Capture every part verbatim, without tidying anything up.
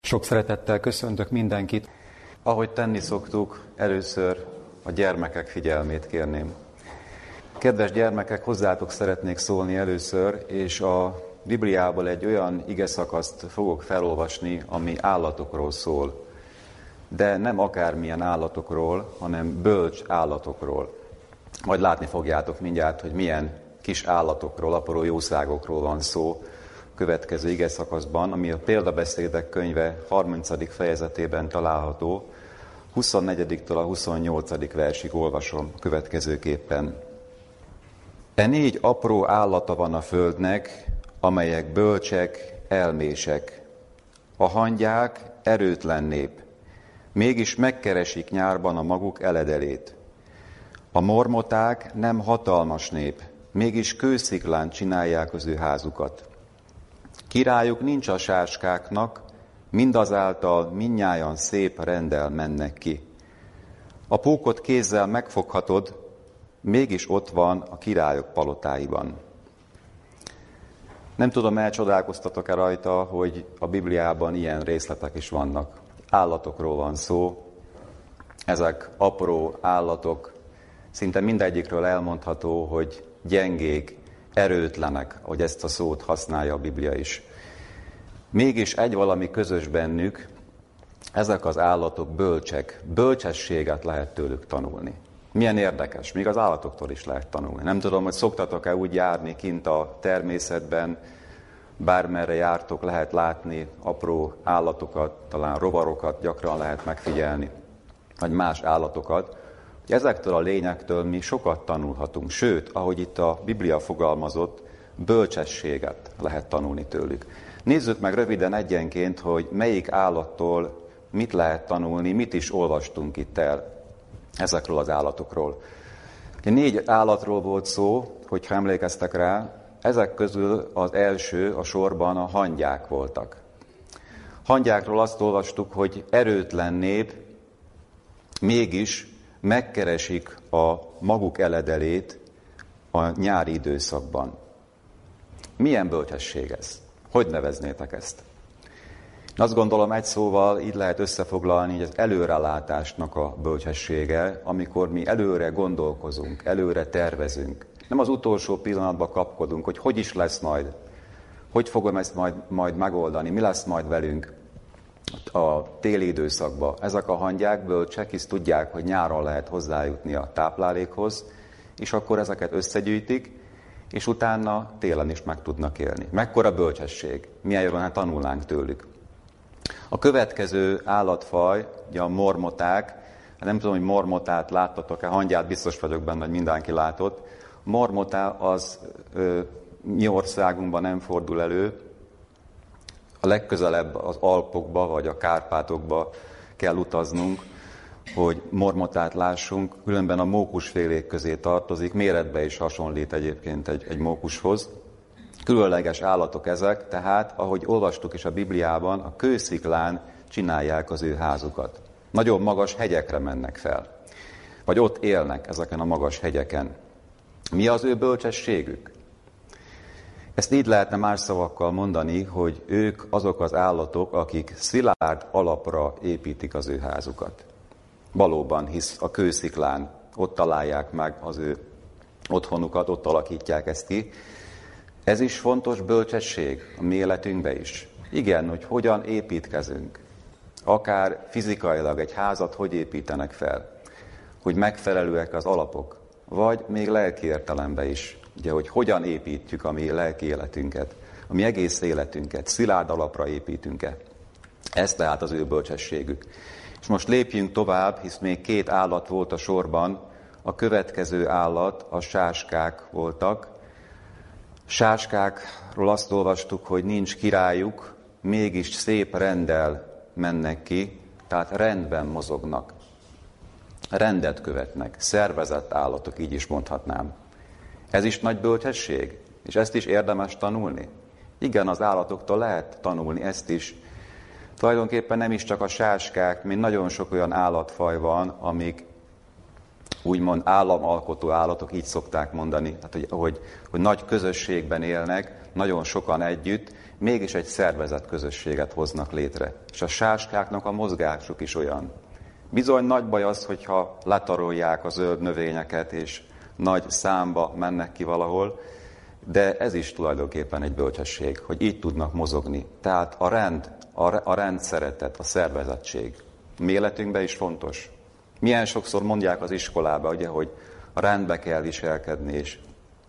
Sok szeretettel köszöntök mindenkit. Ahogy tenni szoktuk, először a gyermekek figyelmét kérném. Kedves gyermekek, hozzátok szeretnék szólni először, és a Bibliából egy olyan igeszakaszt fogok felolvasni, ami állatokról szól. De nem akármilyen állatokról, hanem bölcs állatokról. Majd látni fogjátok mindjárt, hogy milyen kis állatokról, apró jószágokról van szó a következő igeszakaszban, ami a Példabeszédek könyve harmincadik fejezetében található, huszonnegyediktől a huszonnyolcadik versig olvasom következőképpen. E négy apró állata van a földnek, amelyek bölcsek, elmések. A hangyák erőtlen nép, mégis megkeresik nyárban a maguk eledelét. A mormoták nem hatalmas nép, mégis kősziklán csinálják az ő házukat. Királyuk nincs a sáskáknak, mindazáltal mindnyájan szép renddel mennek ki. A pókot kézzel megfoghatod, mégis ott van a királyok palotáiban. Nem tudom, elcsodálkoztatok-e rajta, hogy a Bibliában ilyen részletek is vannak. Állatokról van szó, ezek apró állatok, szinte mindegyikről elmondható, hogy gyengék, erőtlenek, ahogy ezt a szót használja a Biblia is. Mégis egy valami közös bennük, ezek az állatok bölcsek, bölcsességet lehet tőlük tanulni. Milyen érdekes, még az állatoktól is lehet tanulni. Nem tudom, hogy szoktatok-e úgy járni kint a természetben, bármerre jártok, lehet látni apró állatokat, talán rovarokat gyakran lehet megfigyelni, vagy más állatokat. Ezektől a lényektől mi sokat tanulhatunk, sőt, ahogy itt a Biblia fogalmazott, bölcsességet lehet tanulni tőlük. Nézzük meg röviden egyenként, hogy melyik állattól mit lehet tanulni, mit is olvastunk itt el ezekről az állatokról. Négy állatról volt szó, hogyha emlékeztek rá, ezek közül az első a sorban a hangyák voltak. Hangyákról azt olvastuk, hogy erőtlen nép, mégis megkeresik a maguk eledelét a nyári időszakban. Milyen bölcsesség ez? Hogy neveznétek ezt? Azt gondolom, egy szóval így lehet összefoglalni, hogy az előrelátásnak a bölcsessége, amikor mi előre gondolkozunk, előre tervezünk. Nem az utolsó pillanatban kapkodunk, hogy hogy is lesz majd, hogy fogom ezt majd, majd megoldani, mi lesz majd velünk a téli időszakban. Ezek a hangyák bölcsek, hisz tudják, hogy nyáron lehet hozzájutni a táplálékhoz, és akkor ezeket összegyűjtik, és utána télen is meg tudnak élni. Mekkora bölcsesség, milyen jól tanulnánk tőlük. A következő állatfaj, ugye a mormoták, nem tudom, hogy mormotát láttatok-e, hangyát biztos vagyok benne, hogy mindenki látott. A mormotá az ö, mi országunkban nem fordul elő, a legközelebb az Alpokba vagy a Kárpátokba kell utaznunk, hogy mormotát lássunk, különben a mókusfélék közé tartozik, méretbe is hasonlít egyébként egy, egy mókushoz. Különleges állatok ezek, tehát, ahogy olvastuk is a Bibliában, a kősziklán csinálják az ő házukat. Nagyon magas hegyekre mennek fel, vagy ott élnek ezeken a magas hegyeken. Mi az ő bölcsességük? Ezt így lehetne más szavakkal mondani, hogy ők azok az állatok, akik szilárd alapra építik az ő házukat. Valóban, hisz a kősziklán ott találják meg az ő otthonukat, ott alakítják ezt ki. Ez is fontos bölcsesség a mi életünkben is. Igen, hogy hogyan építkezünk. Akár fizikailag egy házat hogy építenek fel, hogy megfelelőek az alapok, vagy még lelki értelemben is. Ugye, hogy hogyan építjük a mi lelki életünket, a mi egész életünket, szilárd alapra építünk-e. Ez tehát az ő bölcsességük. És most lépjünk tovább, hisz még két állat volt a sorban. A következő állat, a sáskák voltak. Sáskákról azt olvastuk, hogy nincs királyuk, mégis szép renddel mennek ki, tehát rendben mozognak. Rendet követnek, szervezett állatok, így is mondhatnám. Ez is nagy bölcsesség, és ezt is érdemes tanulni. Igen, az állatoktól lehet tanulni ezt is. Tulajdonképpen nem is csak a sáskák, mint nagyon sok olyan állatfaj van, amik úgymond államalkotó állatok, így szokták mondani, tehát, hogy, hogy, hogy nagy közösségben élnek, nagyon sokan együtt, mégis egy szervezett közösséget hoznak létre. És a sáskáknak a mozgásuk is olyan. Bizony nagy baj az, hogyha letarolják a zöld növényeket, és nagy számba mennek ki valahol, de ez is tulajdonképpen egy bölcsesség, hogy így tudnak mozogni. Tehát a rend, a rendszeretet, a szervezettség mi életünkben is fontos. Milyen sokszor mondják az iskolába, ugye, hogy rendbe kell viselkedni, és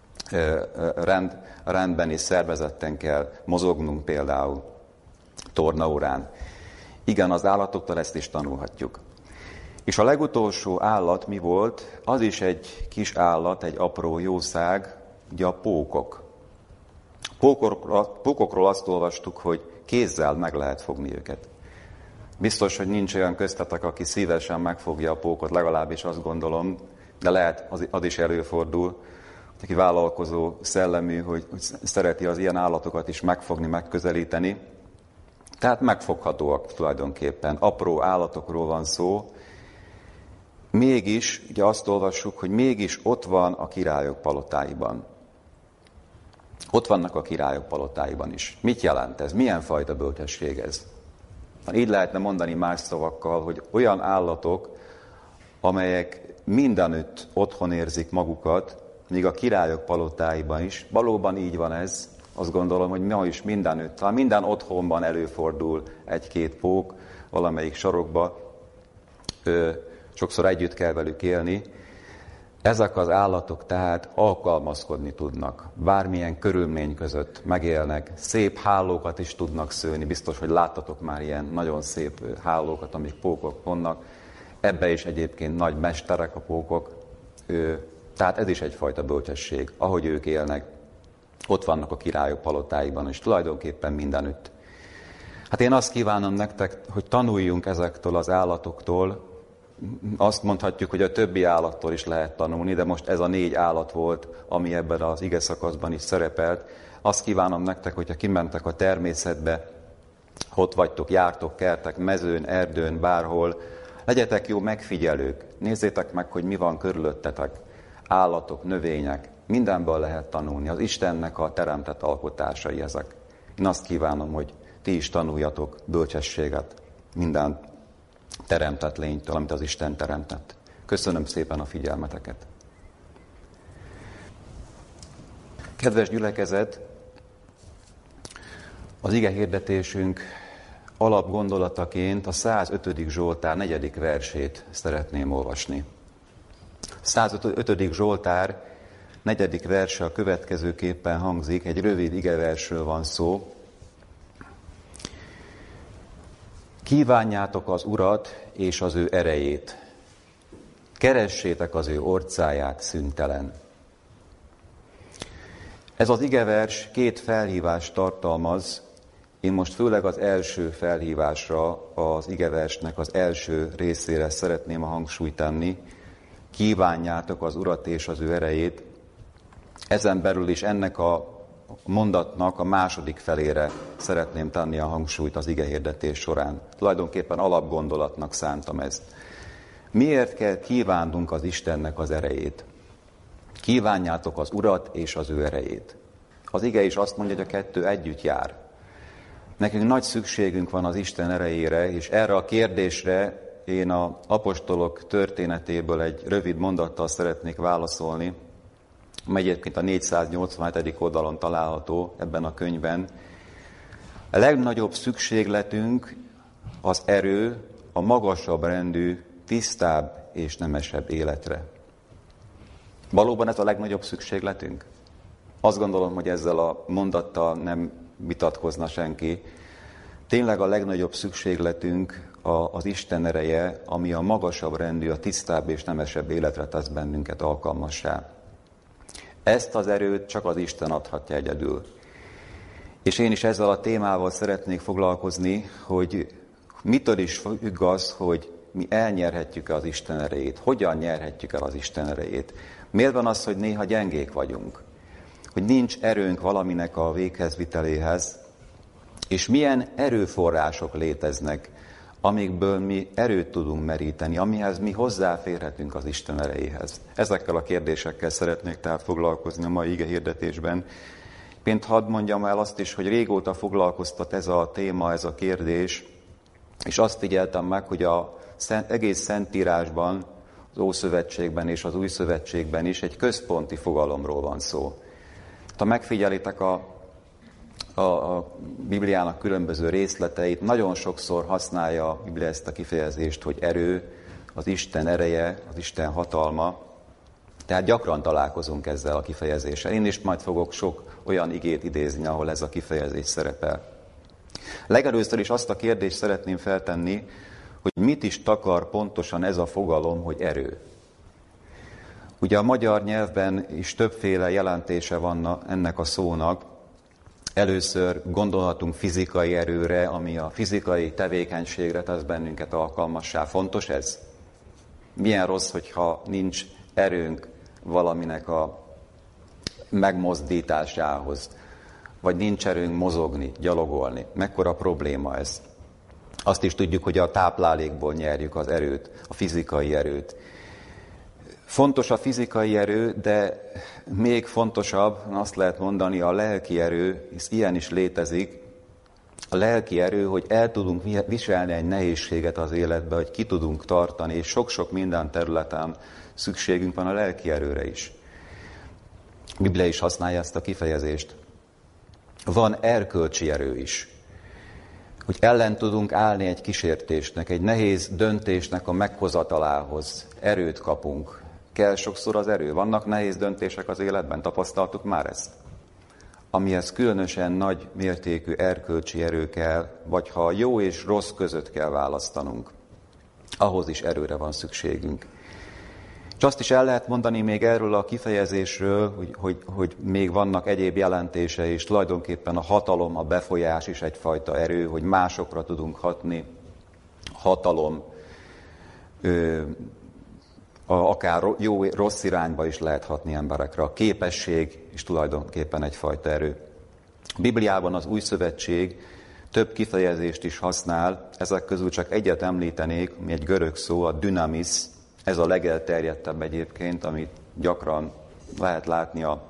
rend, rendben és szervezetten kell mozognunk például tornaórán. Igen, az állatoktól ezt is tanulhatjuk. És a legutolsó állat mi volt? Az is egy kis állat, egy apró jószág, ugye a pókok. Pókokról, pókokról azt olvastuk, hogy kézzel meg lehet fogni őket. Biztos, hogy nincs olyan köztetek, aki szívesen megfogja a pókot, legalábbis azt gondolom, de lehet, az, az is előfordul, aki vállalkozó szellemű, hogy, hogy szereti az ilyen állatokat is megfogni, megközelíteni. Tehát megfoghatóak tulajdonképpen. Apró állatokról van szó. Mégis, ugye azt olvassuk, hogy mégis ott van a királyok palotáiban. Ott vannak a királyok palotáiban is. Mit jelent ez? Milyen fajta bölcsesség ez? Így lehetne mondani más szavakkal, hogy olyan állatok, amelyek mindenütt otthon érzik magukat, míg a királyok palotáiban is. Valóban így van ez. Azt gondolom, hogy ma is mindenütt. Talán minden otthonban előfordul egy-két pók valamelyik sarokba. Ö, sokszor együtt kell velük élni. Ezek az állatok tehát alkalmazkodni tudnak. Bármilyen körülmény között megélnek. Szép hálókat is tudnak szőni. Biztos, hogy láttatok már ilyen nagyon szép hálókat, amik pókok vannak. Ebbe is egyébként nagy mesterek a pókok. Ö, tehát ez is egyfajta bölcsesség. Ahogy ők élnek, ott vannak a királyok palotáiban, és tulajdonképpen mindenütt. Hát én azt kívánom nektek, hogy tanuljunk ezektől az állatoktól. Azt mondhatjuk, hogy a többi állattól is lehet tanulni, de most ez a négy állat volt, ami ebben az ige szakaszban is szerepelt. Azt kívánom nektek, hogyha kimentek a természetbe, ott vagytok, jártok, kertek, mezőn, erdőn, bárhol, legyetek jó megfigyelők, nézzétek meg, hogy mi van körülöttetek, állatok, növények, mindenből lehet tanulni. Az Istennek a teremtett alkotásai ezek. Én azt kívánom, hogy ti is tanuljatok bölcsességet minden teremtett lénytől, amit az Isten teremtett. Köszönöm szépen a figyelmeteket. Kedves gyülekezet, az ige hirdetésünk alapgondolataként a százötödik Zsoltár negyedik versét szeretném olvasni. százötödik Zsoltár negyedik verse a következőképpen hangzik, egy rövid igeversről van szó. Kívánjátok az Urat és az ő erejét. Keressétek az ő orcáját szüntelen. Ez az igevers két felhívást tartalmaz. Én most főleg az első felhívásra, az igeversnek az első részére szeretném a hangsúlyt tenni. Kívánjátok az Urat és az ő erejét. Ezen belül is ennek a mondatnak a második felére szeretném tenni a hangsúlyt az igehirdetés során. Tulajdonképpen alapgondolatnak szántam ezt. Miért kell kívánnunk az Istennek az erejét? Kívánjátok az Urat és az ő erejét. Az ige is azt mondja, hogy a kettő együtt jár. Nekünk nagy szükségünk van az Isten erejére, és erre a kérdésre én az apostolok történetéből egy rövid mondattal szeretnék válaszolni, amely egyébként a négyszáznyolcvanhetedik oldalon található ebben a könyvben. A legnagyobb szükségletünk az erő a magasabb rendű, tisztább és nemesebb életre. Valóban ez a legnagyobb szükségletünk? Azt gondolom, hogy ezzel a mondattal nem vitatkozna senki. Tényleg a legnagyobb szükségletünk az Isten ereje, ami a magasabb rendű, a tisztább és nemesebb életre tesz bennünket alkalmassá. Ezt az erőt csak az Isten adhatja egyedül. És én is ezzel a témával szeretnék foglalkozni, hogy mitől is függ az, hogy mi elnyerhetjük az Isten erejét. Hogyan nyerhetjük el az Isten erejét? Miért van az, hogy néha gyengék vagyunk? Hogy nincs erőnk valaminek a véghezviteléhez? És milyen erőforrások léteznek, amikből mi erőt tudunk meríteni, amihez mi hozzáférhetünk az Isten erejéhez. Ezekkel a kérdésekkel szeretnék tehát foglalkozni a mai ige hirdetésben. Pént hadd mondjam el azt is, hogy régóta foglalkoztat ez a téma, ez a kérdés, és azt figyeltem meg, hogy az egész Szentírásban, az Ószövetségben és az Új Szövetségben is egy központi fogalomról van szó. Ha megfigyelitek a, a, a Bibliának különböző részleteit, nagyon sokszor használja a Biblia ezt a kifejezést, hogy erő, az Isten ereje, az Isten hatalma. Tehát gyakran találkozunk ezzel a kifejezéssel. Én is majd fogok sok olyan igét idézni, ahol ez a kifejezés szerepel. Legelőször is azt a kérdést szeretném feltenni, hogy mit is takar pontosan ez a fogalom, hogy erő. Ugye a magyar nyelvben is többféle jelentése van ennek a szónak. Először gondolhatunk fizikai erőre, ami a fizikai tevékenységre tesz bennünket alkalmassá. Fontos ez? Milyen rossz, hogyha nincs erőnk valaminek a megmozdításához, vagy nincs erőnk mozogni, gyalogolni. Mekkora probléma ez? Azt is tudjuk, hogy a táplálékból nyerjük az erőt, a fizikai erőt. Fontos a fizikai erő, de még fontosabb, azt lehet mondani, a lelki erő, hisz ilyen is létezik. A lelki erő, hogy el tudunk viselni egy nehézséget az életbe, hogy ki tudunk tartani, és sok-sok minden területen szükségünk van a lelki erőre is. A Biblia is használja ezt a kifejezést. Van erkölcsi erő is. Hogy ellen tudunk állni egy kísértésnek, egy nehéz döntésnek a meghozatalához. Erőt kapunk. Kell sokszor az erő. Vannak nehéz döntések az életben, tapasztaltuk már ezt? Amihez különösen nagy mértékű erkölcsi erő kell, vagy ha jó és rossz között kell választanunk. Ahhoz is erőre van szükségünk. És azt is el lehet mondani még erről a kifejezésről, hogy, hogy, hogy még vannak egyéb jelentése, és tulajdonképpen a hatalom, a befolyás is egyfajta erő, hogy másokra tudunk hatni. Hatalom, ö, a, akár jó, rossz irányba is lehet hatni emberekre. A képesség is tulajdonképpen egyfajta erő. A Bibliában az Új Szövetség több kifejezést is használ, ezek közül csak egyet említenék, ami egy görög szó, a dynamis. Ez a legelterjedtebb egyébként, amit gyakran lehet látni a,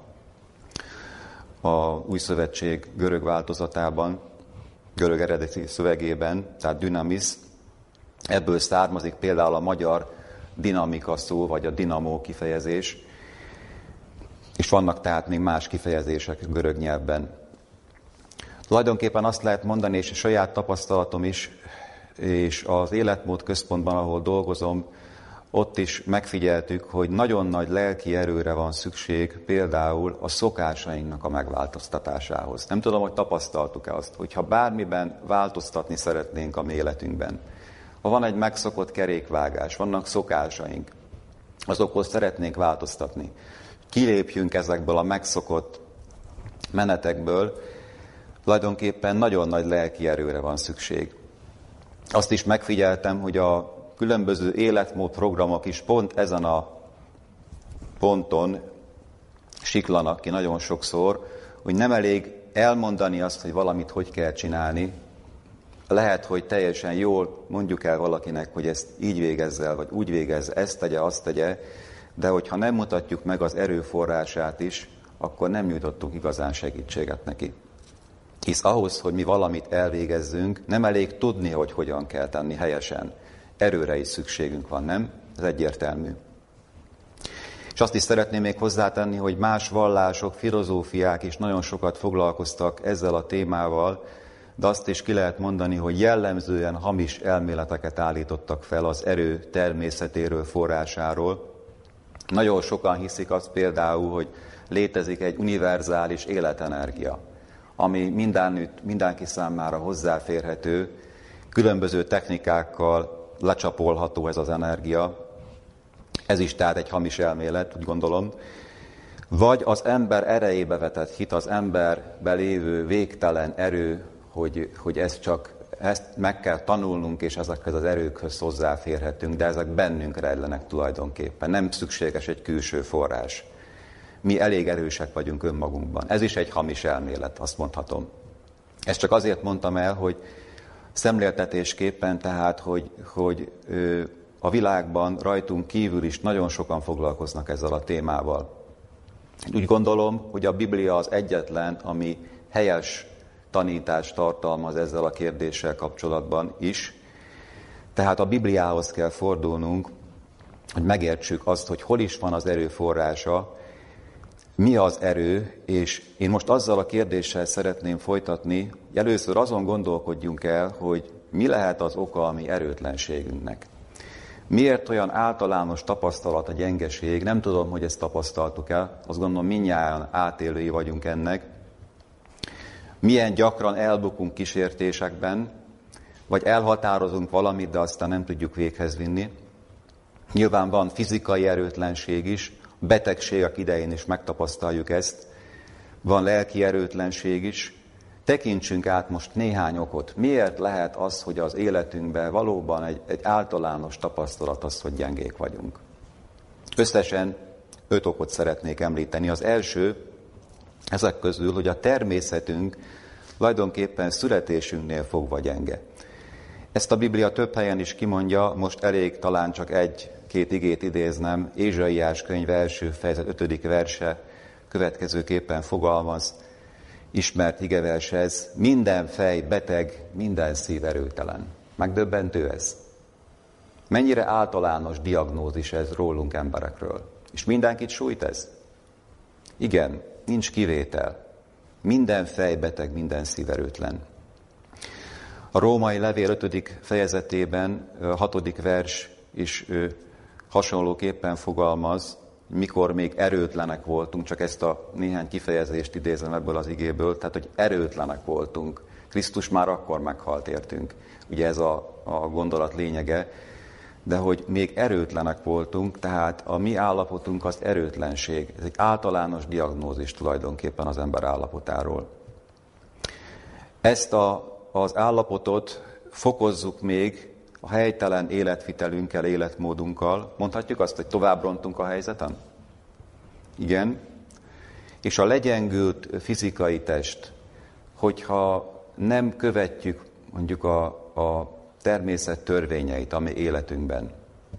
a Új Szövetség görög változatában, görög eredeti szövegében, tehát dynamis. Ebből származik például a magyar dinamika szó, vagy a dinamó kifejezés. És vannak tehát még más kifejezések görög nyelvben. Tulajdonképpen azt lehet mondani, és a saját tapasztalatom is, és az Életmód Központban, ahol dolgozom, ott is megfigyeltük, hogy nagyon nagy lelki erőre van szükség például a szokásainknak a megváltoztatásához. Nem tudom, hogy tapasztaltuk-e azt, hogyha bármiben változtatni szeretnénk a mi életünkben. Ha van egy megszokott kerékvágás, vannak szokásaink, azokhoz szeretnénk változtatni. Kilépjünk ezekből a megszokott menetekből, tulajdonképpen nagyon nagy lelki erőre van szükség. Azt is megfigyeltem, hogy a különböző életmód programok is pont ezen a ponton siklanak ki nagyon sokszor, hogy nem elég elmondani azt, hogy valamit hogy kell csinálni. Lehet, hogy teljesen jól mondjuk el valakinek, hogy ezt így végezzel, vagy úgy végezz, ezt tegye, azt tegye, de hogyha nem mutatjuk meg az erőforrását is, akkor nem nyújtottunk igazán segítséget neki. Hisz ahhoz, hogy mi valamit elvégezzünk, nem elég tudni, hogy hogyan kell tenni helyesen. Erőre is szükségünk van, nem? Ez egyértelmű. És azt is szeretném még hozzátenni, hogy más vallások, filozófiák is nagyon sokat foglalkoztak ezzel a témával, de azt is ki lehet mondani, hogy jellemzően hamis elméleteket állítottak fel az erő természetéről, forrásáról. Nagyon sokan hiszik azt például, hogy létezik egy univerzális életenergia, ami mindenütt, mindenki számára hozzáférhető, különböző technikákkal lecsapolható ez az energia. Ez is tehát egy hamis elmélet, úgy gondolom. Vagy az ember erejébe vetett hit, az emberbe lévő végtelen erő, hogy, hogy ez csak, ezt meg kell tanulnunk, és ezekhez az erőkhöz hozzáférhetünk, de ezek bennünk rejlenek tulajdonképpen. Nem szükséges egy külső forrás. Mi elég erősek vagyunk önmagunkban. Ez is egy hamis elmélet, azt mondhatom. Ezt csak azért mondtam el, hogy Szemléltetésképpen tehát, hogy, hogy a világban rajtunk kívül is nagyon sokan foglalkoznak ezzel a témával. Úgy gondolom, hogy a Biblia az egyetlen, ami helyes tanítást tartalmaz ezzel a kérdéssel kapcsolatban is. Tehát a Bibliához kell fordulnunk, hogy megértsük azt, hogy hol is van az erő forrása, mi az erő, és én most azzal a kérdéssel szeretném folytatni, hogy először azon gondolkodjunk el, hogy mi lehet az oka a mi erőtlenségünknek. Miért olyan általános tapasztalat a gyengeség? Nem tudom, hogy ezt tapasztaltuk el, azt gondolom mindnyájan átélői vagyunk ennek. Milyen gyakran elbukunk kísértésekben, vagy elhatározunk valamit, de aztán nem tudjuk véghez vinni. Nyilván van fizikai erőtlenség is, betegségek idején is megtapasztaljuk ezt, van lelki erőtlenség is. Tekintsünk át most néhány okot. Miért lehet az, hogy az életünkben valóban egy, egy általános tapasztalat az, hogy gyengék vagyunk? Összesen öt okot szeretnék említeni. Az első, ezek közül, hogy a természetünk tulajdonképpen születésünknél fogva gyenge. Ezt a Biblia több helyen is kimondja, most elég talán csak egy-két igét idéznem. Ézsaiás könyv első fejezet ötödik verse következőképpen fogalmaz, ismert igevers ez, minden fej beteg, minden szív erőtelen. Megdöbbentő ez? Mennyire általános diagnózis ez rólunk emberekről? És mindenkit sújt ez? Igen, nincs kivétel. Minden fej beteg, minden szív erőtlen. A római levél ötödik fejezetében, hatodik vers is hasonlóképpen fogalmaz, mikor még erőtlenek voltunk, csak ezt a néhány kifejezést idézem ebből az igéből, tehát, hogy erőtlenek voltunk. Krisztus már akkor meghalt értünk. Ugye ez a, a gondolat lényege, de hogy még erőtlenek voltunk, tehát a mi állapotunk az erőtlenség. Ez egy általános diagnózis tulajdonképpen az ember állapotáról. Ezt a, az állapotot fokozzuk még a helytelen életvitelünkkel, életmódunkkal. Mondhatjuk azt, hogy tovább rontunk a helyzeten? Igen. És a legyengült fizikai test, hogyha nem követjük mondjuk a, a természet törvényeit a mi életünkben,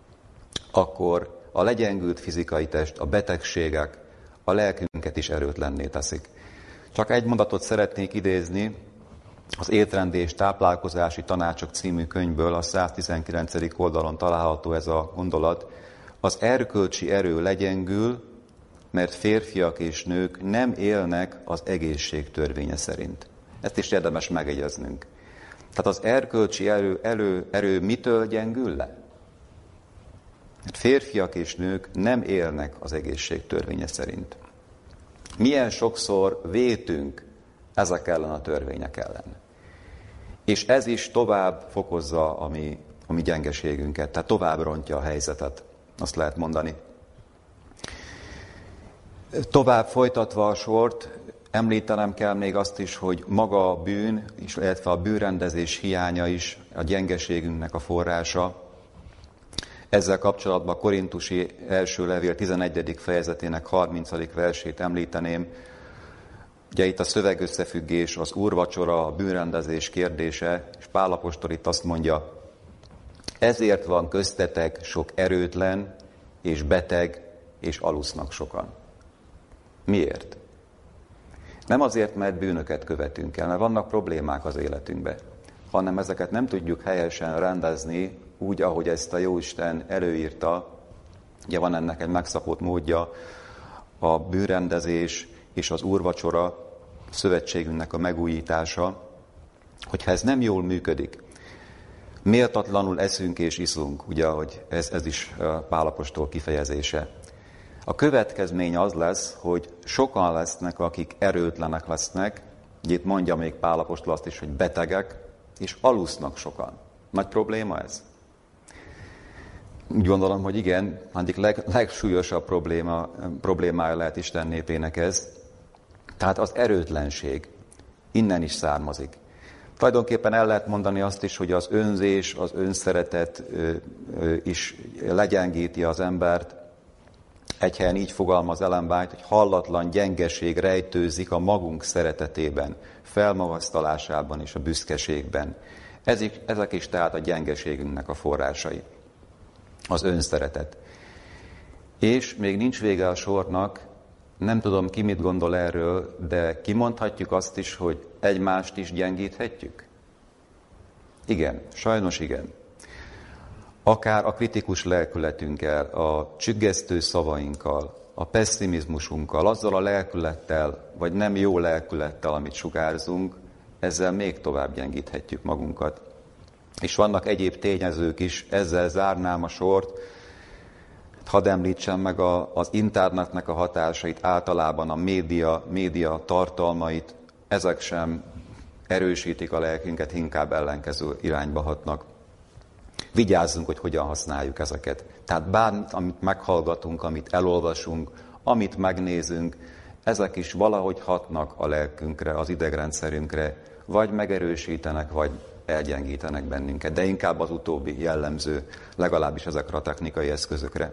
akkor a legyengült fizikai test, a betegségek a lelkünket is erőtlenné teszik. Csak egy mondatot szeretnék idézni, az Étrendi és táplálkozási tanácsok című könyvből, a száztizenkilencedik oldalon található ez a gondolat. Az erkölcsi erő legyengül, mert férfiak és nők nem élnek az egészség törvénye szerint. Ezt is érdemes megjegyeznünk. Tehát az erkölcsi erő, erő, erő mitől gyengül le? Mert férfiak és nők nem élnek az egészség törvénye szerint. Milyen sokszor vétünk ezek ellen a törvények ellen. És ez is tovább fokozza a mi, a mi gyengeségünket, tehát tovább rontja a helyzetet, azt lehet mondani. Tovább folytatva a sort, említenem kell még azt is, hogy maga a bűn, illetve a bűnrendezés hiánya is a gyengeségünknek a forrása. Ezzel kapcsolatban a Korintusi első levél tizenegyedik fejezetének harmincadik versét említeném. Ugye itt a szövegösszefüggés, az úrvacsora, a bűnrendezés kérdése, és Pál apostol itt azt mondja, ezért van köztetek sok erőtlen, és beteg, és alusznak sokan. Miért? Nem azért, mert bűnöket követünk el, mert vannak problémák az életünkben, hanem ezeket nem tudjuk helyesen rendezni, úgy, ahogy ezt a Jóisten előírta. Ugye van ennek egy megszabott módja, a bűnrendezés és az úrvacsora szövetségünknek a megújítása, hogyha ez nem jól működik, méltatlanul eszünk és iszunk, ugye, ahogy ez, ez is Pál apostol kifejezése. A következmény az lesz, hogy sokan lesznek, akik erőtlenek lesznek, itt mondja még Pál apostol azt is, hogy betegek, és alusznak sokan. Nagy probléma ez? Úgy gondolom, hogy igen, egyik leg, legsúlyosabb probléma, problémája lehet Isten népének ez. Tehát az erőtlenség innen is származik. Tulajdonképpen el lehet mondani azt is, hogy az önzés, az önszeretet ö, ö, is legyengíti az embert. Egy helyen így fogalmaz Ellen White, hogy hallatlan gyengeség rejtőzik a magunk szeretetében, felmagasztalásában és a büszkeségben. Ezek, ezek is tehát a gyengeségünknek a forrásai. Az önszeretet. És még nincs vége a sornak, nem tudom ki mit gondol erről, de kimondhatjuk azt is, hogy egymást is gyengíthetjük? Igen, sajnos igen. Akár a kritikus lelkületünkkel, a csüggesztő szavainkkal, a pesszimizmusunkkal, azzal a lelkülettel, vagy nem jó lelkülettel, amit sugárzunk, ezzel még tovább gyengíthetjük magunkat. És vannak egyéb tényezők is, ezzel zárnám a sort. Hadd említsem meg a, az internetnek a hatásait, általában a média, média tartalmait, ezek sem erősítik a lelkünket, inkább ellenkező irányba hatnak. Vigyázzunk, hogy hogyan használjuk ezeket. Tehát bármit, amit meghallgatunk, amit elolvasunk, amit megnézünk, ezek is valahogy hatnak a lelkünkre, az idegrendszerünkre, vagy megerősítenek, vagy elgyengítenek bennünket. De inkább az utóbbi jellemző, legalábbis ezekre a technikai eszközökre.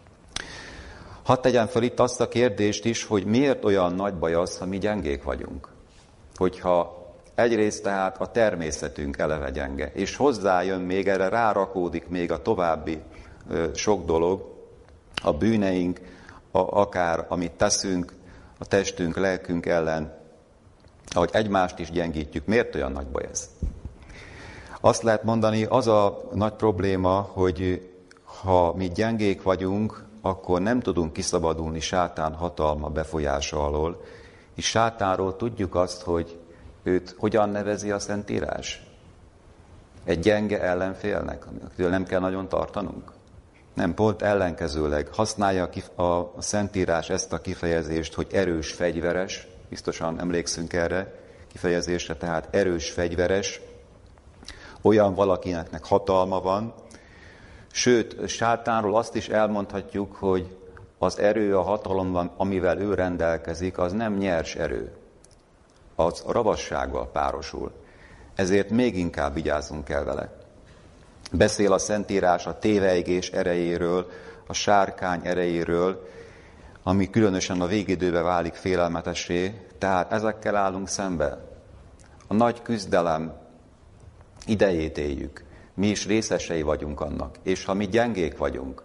Hadd tegyem fel itt azt a kérdést is, hogy miért olyan nagy baj az, ha mi gyengék vagyunk. Hogyha egyrészt tehát a természetünk eleve gyenge, és hozzájön még, erre rárakódik még a további ö, sok dolog, a bűneink, a, akár amit teszünk, a testünk, lelkünk ellen, ahogy egymást is gyengítjük. Miért olyan nagy baj ez? Azt lehet mondani, az a nagy probléma, hogy ha mi gyengék vagyunk, akkor nem tudunk kiszabadulni sátán hatalma befolyása alól, és sátánról tudjuk azt, hogy őt hogyan nevezi a Szentírás? Egy gyenge ellenfélnek, akiről nem kell nagyon tartanunk? Nem, pont ellenkezőleg használja a Szentírás ezt a kifejezést, hogy erős fegyveres, biztosan emlékszünk erre kifejezésre, tehát erős fegyveres, olyan valakinek hatalma van, sőt, sátánról azt is elmondhatjuk, hogy az erő, a hatalom, amivel ő rendelkezik, az nem nyers erő. Az ravassággal párosul. Ezért még inkább vigyázzunk kell vele. Beszél a Szentírás a tévejgés erejéről, a sárkány erejéről, ami különösen a végidőbe válik félelmetessé, tehát ezekkel állunk szembe. A nagy küzdelem idejét éljük. Mi is részesei vagyunk annak. És ha mi gyengék vagyunk,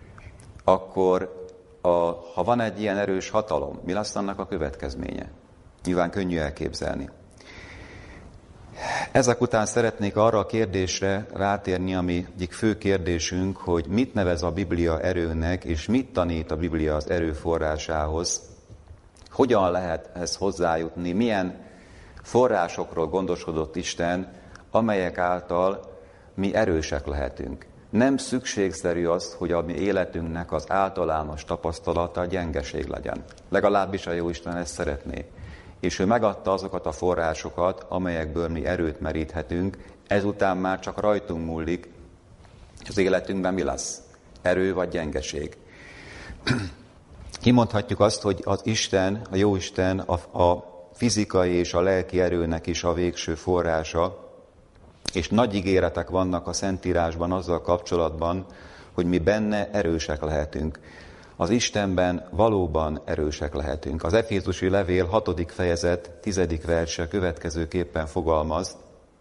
akkor a, ha van egy ilyen erős hatalom, mi lesz annak a következménye? Nyilván könnyű elképzelni. Ezek után szeretnék arra a kérdésre rátérni, ami egyik fő kérdésünk, hogy mit nevez a Biblia erőnek, és mit tanít a Biblia az erő forrásához, hogyan lehet ezt hozzájutni, milyen forrásokról gondoskodott Isten, amelyek által mi erősek lehetünk. Nem szükségszerű az, hogy a mi életünknek az általános tapasztalata gyengeség legyen. Legalábbis a Jóisten ezt szeretné. És ő megadta azokat a forrásokat, amelyekből mi erőt meríthetünk, ezután már csak rajtunk múlik, az életünkben mi lesz? Erő vagy gyengeség? Kimondhatjuk azt, hogy az Isten, a Jóisten a, a fizikai és a lelki erőnek is a végső forrása, és nagy ígéretek vannak a Szentírásban azzal kapcsolatban, hogy mi benne erősek lehetünk. Az Istenben valóban erősek lehetünk. Az Efézusi levél hatodik fejezet tizedik verse következőképpen fogalmaz: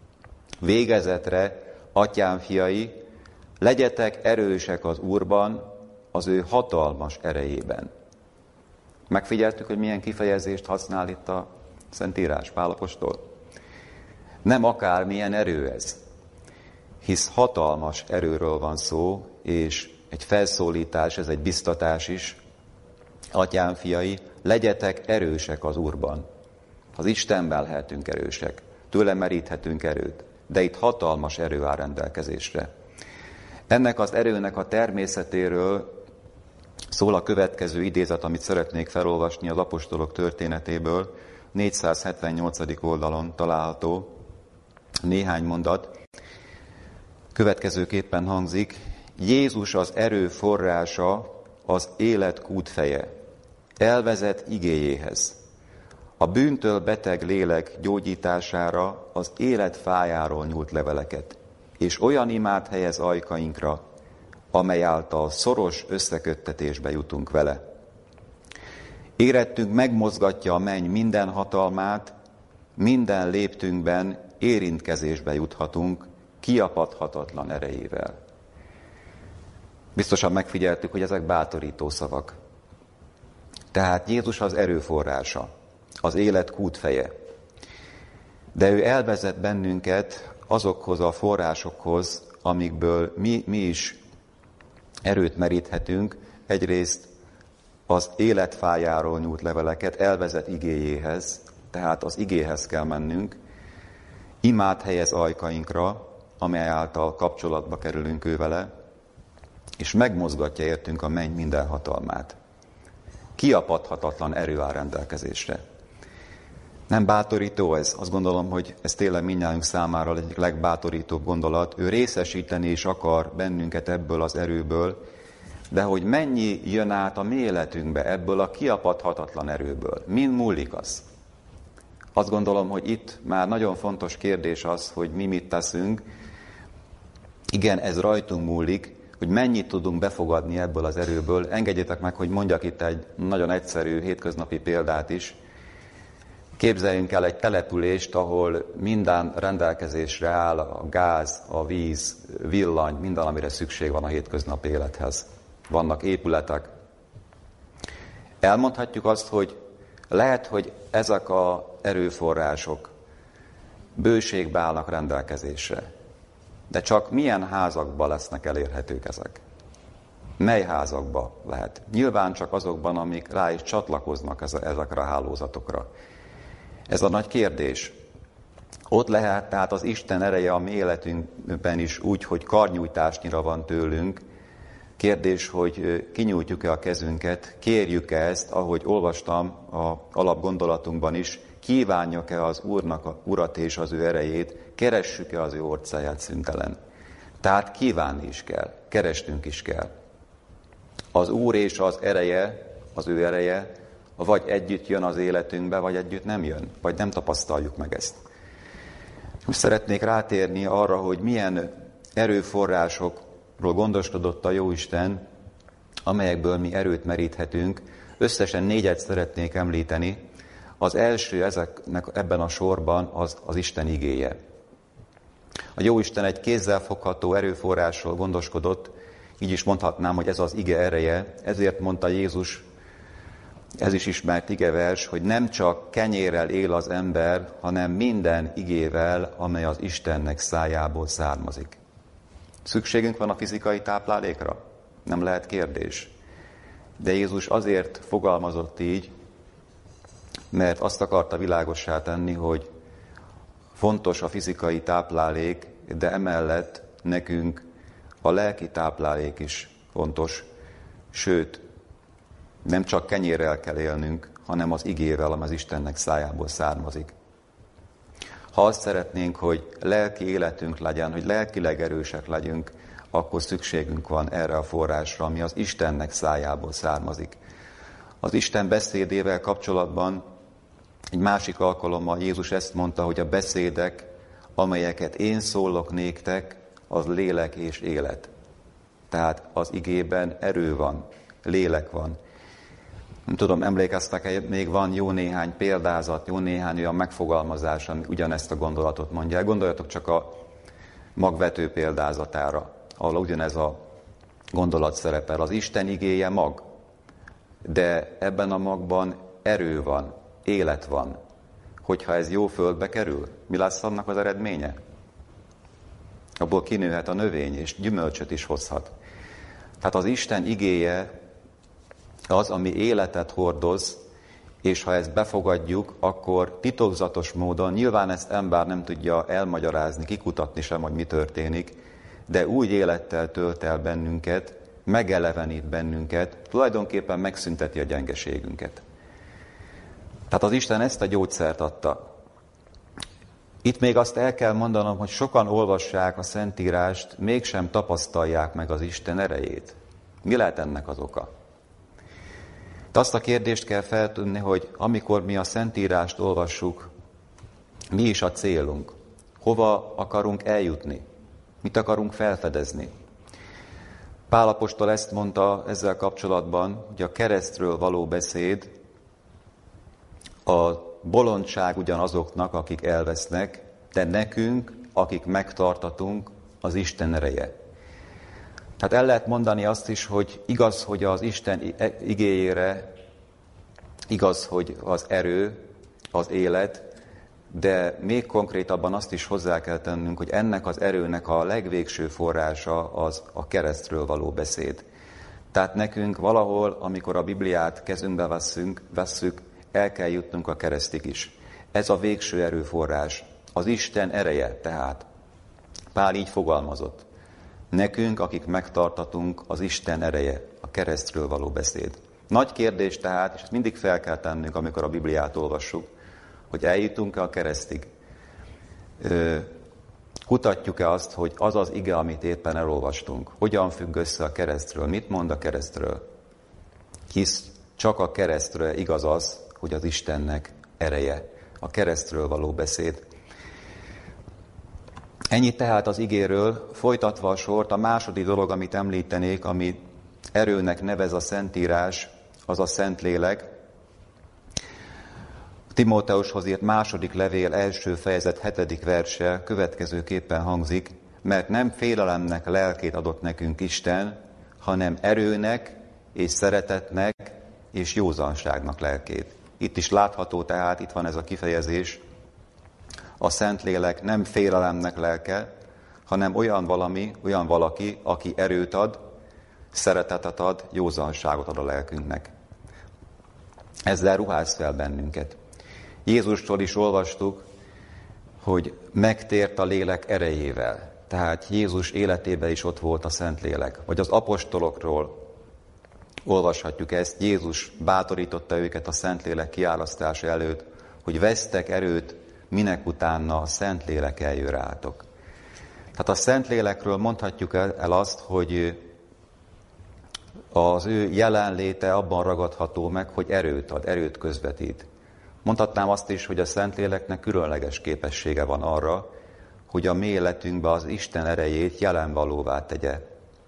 végezetre, atyám fiai, legyetek erősek az Úrban, az ő hatalmas erejében. Megfigyeltük, hogy milyen kifejezést használ itt a Szentírás, Pál apostol? Nem akármilyen erő ez, hisz hatalmas erőről van szó, és egy felszólítás, ez egy biztatás is. Atyám fiai, legyetek erősek az Úrban. Az Istenben lehetünk erősek, tőle meríthetünk erőt, de itt hatalmas erő áll rendelkezésre. Ennek az erőnek a természetéről szól a következő idézet, amit szeretnék felolvasni az apostolok történetéből, négyszázhetvennyolcadik oldalon található néhány mondat. Következőképpen hangzik: Jézus az erő forrása, az élet kútfeje, elvezet igéjéhez. A bűntől beteg lélek gyógyítására az élet fájáról nyújt leveleket, és olyan imát helyez ajkainkra, amely által szoros összeköttetésbe jutunk vele. Érettünk megmozgatja a menny minden hatalmát, minden léptünkben érintkezésbe juthatunk kiapadhatatlan erejével. Biztosan megfigyeltük, hogy ezek bátorító szavak. Tehát Jézus az erőforrása, az élet kútfeje. De ő elvezet bennünket azokhoz a forrásokhoz, amikből mi, mi is erőt meríthetünk. Egyrészt az életfájáról nyújt leveleket elvezet igéjéhez, tehát az igéhez kell mennünk, imát helyez ajkainkra, amely által kapcsolatba kerülünk ő vele, és megmozgatja értünk a menny minden hatalmát. Kiapadhatatlan erő áll rendelkezésre. Nem bátorító ez? Azt gondolom, hogy ez tényleg mindnyájunk számára egyik legbátorítóbb gondolat. Ő részesíteni is akar bennünket ebből az erőből, de hogy mennyi jön át a mi életünkbe ebből a kiapadhatatlan erőből? Min múlik az? Azt gondolom, hogy itt már nagyon fontos kérdés az, hogy mi mit teszünk. Igen, ez rajtunk múlik, hogy mennyit tudunk befogadni ebből az erőből. Engedjétek meg, hogy mondjak itt egy nagyon egyszerű, hétköznapi példát is. Képzeljünk el egy települést, ahol minden rendelkezésre áll a gáz, a víz, villany, minden, amire szükség van a hétköznapi élethez. Vannak épületek. Elmondhatjuk azt, hogy lehet, hogy ezek az erőforrások bőségbe állnak rendelkezésre. De csak milyen házakban lesznek elérhetők ezek? Mely házakban lehet? Nyilván csak azokban, amik rá is csatlakoznak ezekre a hálózatokra. Ez a nagy kérdés. Ott lehet tehát az Isten ereje a mi életünkben is úgy, hogy karnyújtásnyira van tőlünk. Kérdés, hogy kinyújtjuk-e a kezünket, kérjük-e ezt, ahogy olvastam a alapgondolatunkban is, kívánjuk-e az Úrnak a urat és az ő erejét, keressük-e az ő orcáját szüntelen. Tehát kívánni is kell, kerestünk is kell. Az Úr és az ereje, az ő ereje, vagy együtt jön az életünkbe, vagy együtt nem jön, vagy nem tapasztaljuk meg ezt. Most szeretnék rátérni arra, hogy milyen erőforrásokról gondoskodott a Jóisten, amelyekből mi erőt meríthetünk. Összesen négyet szeretnék említeni. Az első ezeknek, ebben a sorban az, az Isten igéje. A Jóisten egy kézzelfogható erőforrásról gondoskodott, így is mondhatnám, hogy ez az ige ereje, ezért mondta Jézus, ez is ismert igevers, hogy nem csak kenyérrel él az ember, hanem minden igével, amely az Istennek szájából származik. Szükségünk van a fizikai táplálékra? Nem lehet kérdés. De Jézus azért fogalmazott így, mert azt akarta világossá tenni, hogy fontos a fizikai táplálék, de emellett nekünk a lelki táplálék is fontos, sőt, nem csak kenyérrel kell élnünk, hanem az igével, amely az Istennek szájából származik. Ha azt szeretnénk, hogy lelki életünk legyen, hogy lelkileg erősek legyünk, akkor szükségünk van erre a forrásra, ami az Istennek szájából származik. Az Isten beszédével kapcsolatban egy másik alkalommal Jézus ezt mondta, hogy a beszédek, amelyeket én szólok néktek, az lélek és élet. Tehát az igében erő van, lélek van. Nem tudom, emlékeztek-e, még van jó néhány példázat, jó néhány olyan megfogalmazás, ami ugyanezt a gondolatot mondja. Gondoljatok csak a magvető példázatára, ahol ugyanez a gondolat szerepel. Az Isten igéje mag, de ebben a magban erő van, élet van. Hogyha ez jó földbe kerül, mi lesz annak az eredménye? Abból kinőhet a növény, és gyümölcsöt is hozhat. Tehát az Isten igéje az, ami életet hordoz, és ha ezt befogadjuk, akkor titokzatos módon, nyilván ezt ember nem tudja elmagyarázni, kikutatni sem, hogy mi történik, de úgy élettel tölt el bennünket, megelevenít bennünket, tulajdonképpen megszünteti a gyengeségünket. Tehát az Isten ezt a gyógyszert adta. Itt még azt el kell mondanom, hogy sokan olvassák a Szentírást, mégsem tapasztalják meg az Isten erejét. Mi lehet ennek az oka? De azt a kérdést kell feltenni, hogy amikor mi a Szentírást olvassuk, mi is a célunk? Hova akarunk eljutni? Mit akarunk felfedezni? Pál apostol ezt mondta ezzel kapcsolatban, hogy a keresztről való beszéd a bolondság ugyanazoknak, akik elvesznek, de nekünk, akik megtartatunk, az Isten ereje. Tehát el lehet mondani azt is, hogy igaz, hogy az Isten igéjére igaz, hogy az erő, az élet, de még konkrétabban azt is hozzá kell tennünk, hogy ennek az erőnek a legvégső forrása az a keresztről való beszéd. Tehát nekünk valahol, amikor a Bibliát kezünkbe vesszünk, vesszük, el kell jutnunk a keresztig is. Ez a végső erőforrás, az Isten ereje tehát. Pál így fogalmazott. Nekünk, akik megtartatunk, az Isten ereje, a keresztről való beszéd. Nagy kérdés tehát, és ezt mindig fel kell tennünk, amikor a Bibliát olvassuk, hogy eljutunk-e a keresztig. Kutatjuk-e azt, hogy az az ige, amit éppen elolvastunk, hogyan függ össze a keresztről, mit mond a keresztről? Hisz csak a keresztről igaz az, hogy az Istennek ereje, a keresztről való beszéd. Ennyi tehát az igéről, folytatva a sort, a második dolog, amit említenék, ami erőnek nevez a Szentírás, az a Szentlélek. Timóteushoz írt második levél első fejezet hetedik verse következőképpen hangzik, mert nem félelemnek lelkét adott nekünk Isten, hanem erőnek és szeretetnek és józanságnak lelkét. Itt is látható tehát, itt van ez a kifejezés, a Szentlélek nem félelemnek lelke, hanem olyan valami, olyan valaki, aki erőt ad, szeretetet ad, józanságot ad a lelkünknek. Ezzel ruház fel bennünket. Jézustól is olvastuk, hogy megtért a lélek erejével. Tehát Jézus életében is ott volt a Szentlélek. Vagy az apostolokról olvashatjuk ezt. Jézus bátorította őket a Szentlélek kiárasztása előtt, hogy vesztek erőt, minek utána a Szentlélek eljön rátok. Tehát a Szentlélekről mondhatjuk el azt, hogy az ő jelenléte abban ragadható meg, hogy erőt ad, erőt közvetít. Mondhatnám azt is, hogy a Szentléleknek különleges képessége van arra, hogy a mi életünkbe az Isten erejét jelenvalóvá tegye.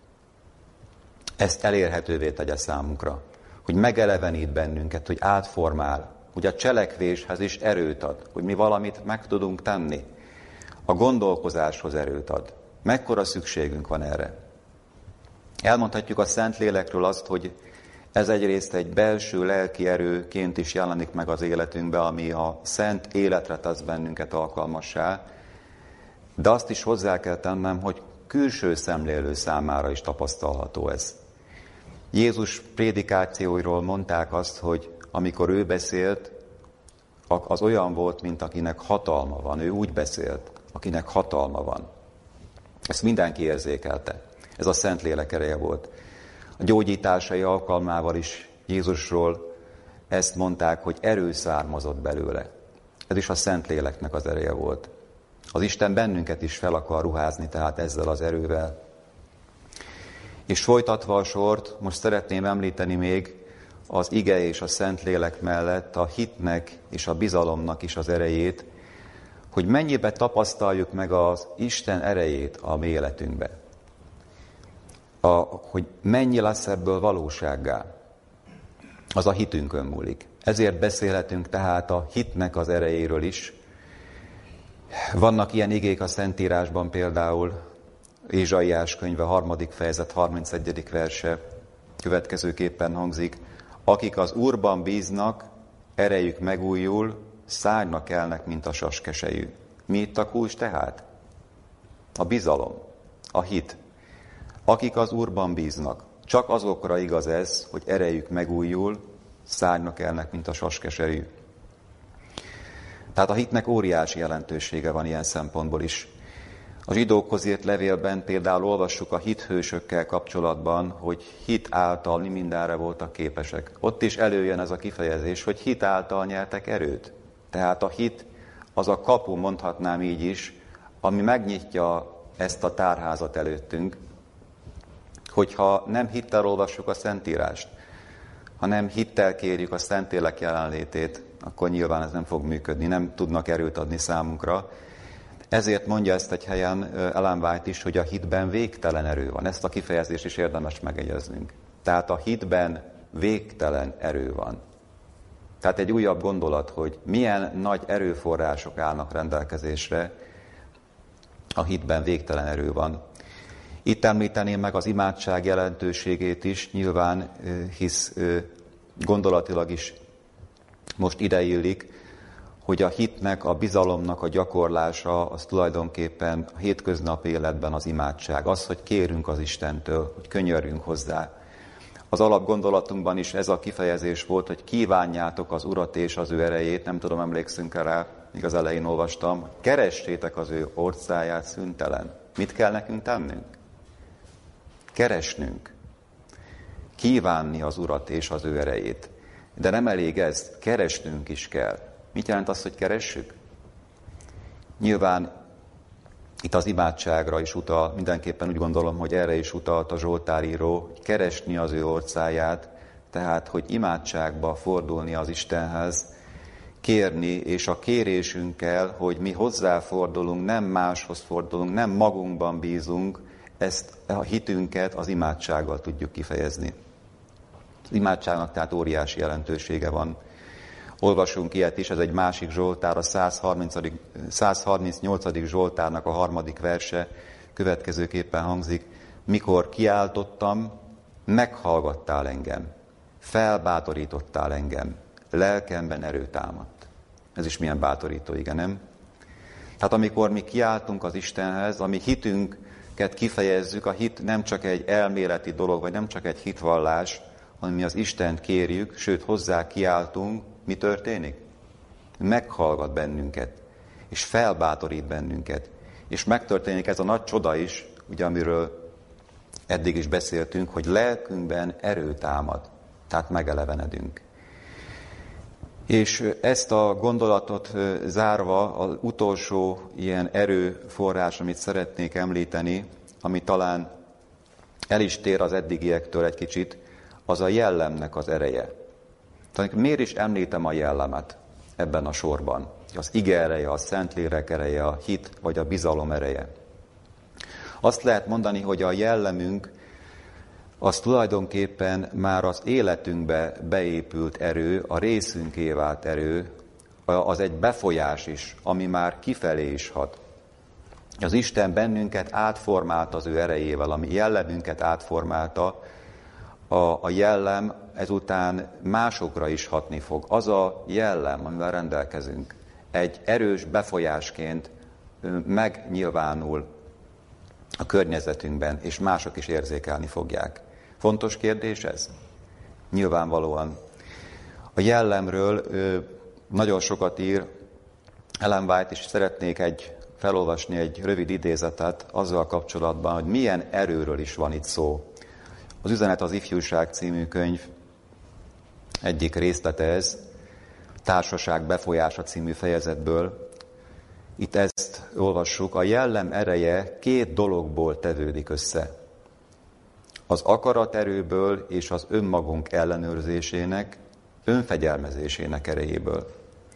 Ezt elérhetővé tegye számunkra. Hogy megelevenít bennünket, hogy átformál, hogy a cselekvéshez is erőt ad, hogy mi valamit meg tudunk tenni. A gondolkozáshoz erőt ad. Mekkora szükségünk van erre? Elmondhatjuk a Szentlélekről azt, hogy ez egyrészt egy belső lelki erőként is jelenik meg az életünkbe, ami a szent életre tesz bennünket alkalmassá, de azt is hozzá kell tennem, hogy külső szemlélő számára is tapasztalható ez. Jézus prédikációiról mondták azt, hogy amikor ő beszélt, az olyan volt, mint akinek hatalma van. Ő úgy beszélt, akinek hatalma van. Ezt mindenki érzékelte. Ez a Szentlélek ereje volt. A gyógyításai alkalmával is Jézusról ezt mondták, hogy erő származott belőle. Ez is a Szentléleknek az ereje volt. Az Isten bennünket is fel akar ruházni, tehát ezzel az erővel. És folytatva a sort, most szeretném említeni még az ige és a Szentlélek mellett a hitnek és a bizalomnak is az erejét, hogy mennyibe tapasztaljuk meg az Isten erejét a mi életünkbe. A, hogy mennyi lesz ebből valósággá, az a hitünkön múlik. Ezért beszélhetünk tehát a hitnek az erejéről is. Vannak ilyen igék a Szentírásban, például Ézsaiás könyve harmadik fejezet harmincegyedik verse következőképpen hangzik: akik az Úrban bíznak, erejük megújul, szárnynak kelnek, mint a saskesejű. Mi itt a kulcs tehát? A bizalom, a hit. Akik az Úrban bíznak, csak azokra igaz ez, hogy erejük megújul, szárnynak kelnek, mint a saskesejű. Tehát a hitnek óriási jelentősége van ilyen szempontból is. A zsidókhoz írt levélben például olvassuk a hithősökkel kapcsolatban, hogy hit által mi mindenre voltak képesek. Ott is előjön ez a kifejezés, hogy hit által nyertek erőt. Tehát a hit az a kapu, mondhatnám így is, ami megnyitja ezt a tárházat előttünk, hogyha nem hittel olvassuk a Szentírást, hanem hittel kérjük a Szentlélek jelenlétét, akkor nyilván ez nem fog működni, nem tudnak erőt adni számunkra. Ezért mondja ezt egy helyen Ellen White is, hogy a hitben végtelen erő van. Ezt a kifejezést is érdemes megjegyeznünk. Tehát a hitben végtelen erő van. Tehát egy újabb gondolat, hogy milyen nagy erőforrások állnak rendelkezésre a hitben végtelen erő van. Itt említeném meg az imádság jelentőségét is, nyilván, hisz gondolatilag is most ideillik, hogy a hitnek, a bizalomnak a gyakorlása az tulajdonképpen a hétköznapi életben az imádság. Az, hogy kérünk az Istentől, hogy könyörgünk hozzá. Az alapgondolatunkban is ez a kifejezés volt, hogy kívánjátok az Urat és az ő erejét, nem tudom, emlékszünk rá, míg az elején olvastam, keressétek az ő orszáját szüntelen. Mit kell nekünk tennünk? Keresnünk. Kívánni az Urat és az ő erejét. De nem elég ez, keresnünk is kell. Mit jelent az, hogy keressük? Nyilván itt az imádságra is utal, mindenképpen úgy gondolom, hogy erre is utalt a Zsoltáríró, hogy keresni az ő orcáját, tehát, hogy imádságba fordulni az Istenhez, kérni, és a kérésünkkel, hogy mi hozzáfordulunk, nem máshoz fordulunk, nem magunkban bízunk, ezt a hitünket az imádsággal tudjuk kifejezni. Az imádságnak tehát óriási jelentősége van. Olvasunk ilyet is, ez egy másik Zsoltár, a száz harmincnyolcadik Zsoltárnak a harmadik verse következőképpen hangzik. Mikor kiáltottam, meghallgattál engem, felbátorítottál engem, lelkemben erő támadt. Ez is milyen bátorító, igen, nem? Tehát amikor mi kiáltunk az Istenhez, ami hitünket kifejezzük, a hit nem csak egy elméleti dolog, vagy nem csak egy hitvallás, hanem mi az Istent kérjük, sőt hozzá kiáltunk, mi történik? Meghallgat bennünket, és felbátorít bennünket. És megtörténik ez a nagy csoda is, ugye amiről eddig is beszéltünk, hogy lelkünkben erő támad, tehát megelevenedünk. És ezt a gondolatot zárva az utolsó ilyen erőforrás, amit szeretnék említeni, ami talán el is tér az eddigiektől egy kicsit, az a jellemnek az ereje. Tehát miért is említem a jellemet ebben a sorban? Az ige ereje, a Szentlélek ereje, a hit vagy a bizalom ereje. Azt lehet mondani, hogy a jellemünk az tulajdonképpen már az életünkbe beépült erő, a részünké vált erő, az egy befolyás is, ami már kifelé is hat. Az Isten bennünket átformált az ő erejével, ami jellemünket átformálta, a, a jellem ezután másokra is hatni fog. Az a jellem, amivel rendelkezünk, egy erős befolyásként megnyilvánul a környezetünkben, és mások is érzékelni fogják. Fontos kérdés ez? Nyilvánvalóan. A jellemről nagyon sokat ír Ellen White, és szeretnék egy, felolvasni egy rövid idézetet azzal kapcsolatban, hogy milyen erőről is van itt szó. Az Üzenet az ifjúság című könyv egyik részlete ez, Társaság befolyása című fejezetből. Itt ezt olvassuk, a jellem ereje két dologból tevődik össze. Az akaraterőből és az önmagunk ellenőrzésének, önfegyelmezésének erejéből.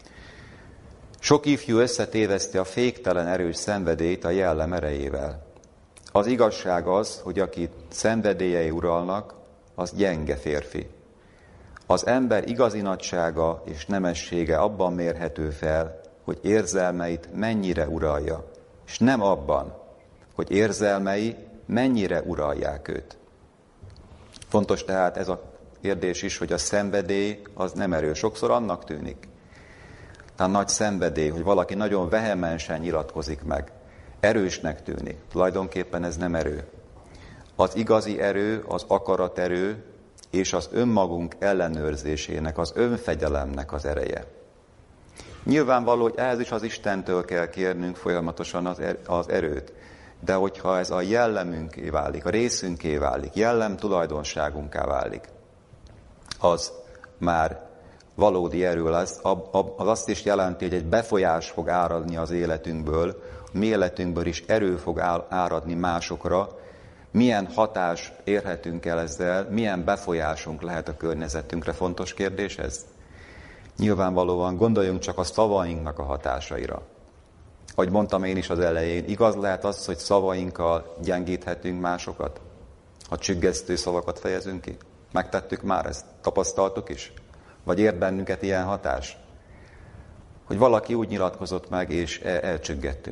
Sok ifjú összetéveszti a féktelen erős szenvedélyt a jellem erejével. Az igazság az, hogy aki szenvedélyei uralnak, az gyenge férfi. Az ember igazi nagysága és nemessége abban mérhető fel, hogy érzelmeit mennyire uralja, és nem abban, hogy érzelmei mennyire uralják őt. Fontos tehát ez a kérdés is, hogy a szenvedély az nem erő. Sokszor annak tűnik. Tehát nagy szenvedély, hogy valaki nagyon vehemensen nyilatkozik meg. Erősnek tűnik. Tulajdonképpen ez nem erő. Az igazi erő, az akaraterő és az önmagunk ellenőrzésének, az önfegyelemnek az ereje. Nyilvánvaló, hogy ehhez is az Istentől kell kérnünk folyamatosan az erőt. De hogyha ez a jellemünké válik, a részünké válik, jellem tulajdonságunká válik, az már valódi erő lesz, az azt is jelenti, hogy egy befolyás fog áradni az életünkből, a mi életünkből is erő fog áradni másokra, milyen hatás érhetünk el ezzel, milyen befolyásunk lehet a környezetünkre. Fontos kérdés ez? Nyilvánvalóan gondoljunk csak a szavainknak a hatásaira. Ahogy mondtam én is az elején, igaz lehet az, hogy szavainkkal gyengíthetünk másokat? Ha csüggesztő szavakat fejezünk ki? Megtettük már ezt? Tapasztaltuk is? Vagy ért bennünket ilyen hatás? Hogy valaki úgy nyilatkozott meg, és el- elcsüggettünk.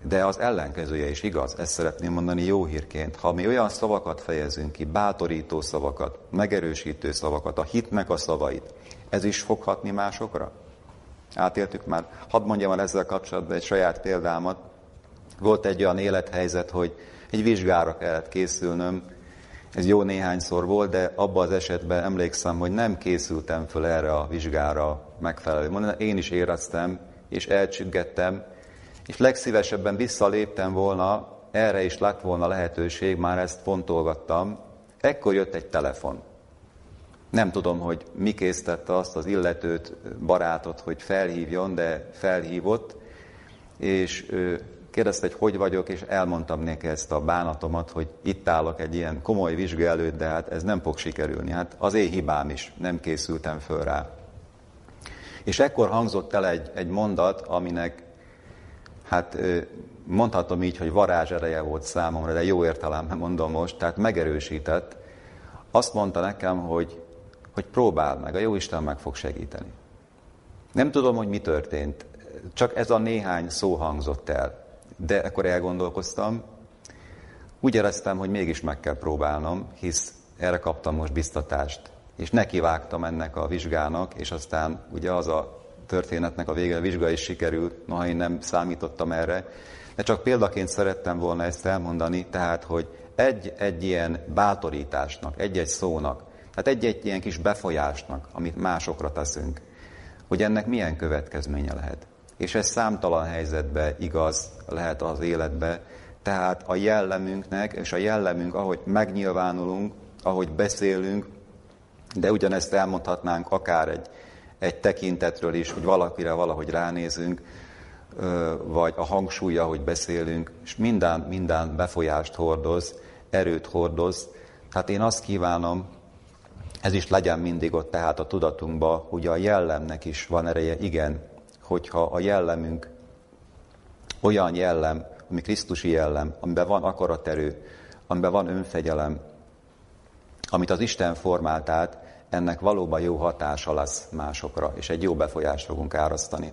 De az ellenkezője is igaz, ezt szeretném mondani jó hírként. Ha mi olyan szavakat fejezünk ki, bátorító szavakat, megerősítő szavakat, a hitnek a szavait, ez is fog hatni másokra? Átéltük már. Hadd mondjam el ezzel kapcsolatban egy saját példámat. Volt egy olyan élethelyzet, hogy egy vizsgára kellett készülnöm. Ez jó néhányszor volt, de abban az esetben emlékszem, hogy nem készültem föl erre a vizsgára megfelelően. Én is éreztem, és elcsüggettem, és legszívesebben visszaléptem volna, erre is lett volna lehetőség, már ezt fontolgattam. Ekkor jött egy telefon. Nem tudom, hogy mi késztette azt az illetőt, barátot, hogy felhívjon, de felhívott, és kérdezte, hogy hogy vagyok, és elmondtam neki ezt a bánatomat, hogy itt állok egy ilyen komoly vizsga előtt, de hát ez nem fog sikerülni. Hát az én hibám is, nem készültem föl rá. És ekkor hangzott el egy, egy mondat, aminek, hát mondhatom így, hogy varázsereje volt számomra, de jó értelemben mondom most, tehát megerősített. Azt mondta nekem, hogy, hogy próbáld meg, a Jóisten meg fog segíteni. Nem tudom, hogy mi történt, csak ez a néhány szó hangzott el. De akkor elgondolkoztam, úgy éreztem, hogy mégis meg kell próbálnom, hisz erre kaptam most biztatást. És nekivágtam ennek a vizsgának, és aztán ugye az a történetnek a vége, a vizsga is sikerült, noha én nem számítottam erre. De csak példaként szerettem volna ezt elmondani, tehát, hogy egy-egy ilyen bátorításnak, egy-egy szónak, tehát egy-egy ilyen kis befolyásnak, amit másokra teszünk, hogy ennek milyen következménye lehet. És ez számtalan helyzetben igaz lehet az életbe, tehát a jellemünknek, és a jellemünk, ahogy megnyilvánulunk, ahogy beszélünk, de ugyanezt elmondhatnánk akár egy, egy tekintetről is, hogy valakire valahogy ránézünk, vagy a hangsúlya, hogy beszélünk, és minden, minden befolyást hordoz, erőt hordoz. Tehát én azt kívánom, ez is legyen mindig ott tehát a tudatunkban, hogy a jellemnek is van ereje, igen, hogyha a jellemünk olyan jellem, ami Krisztusi jellem, amiben van akaraterő, amiben van önfegyelem, amit az Isten formált át, ennek valóban jó hatása lesz másokra, és egy jó befolyást fogunk árasztani.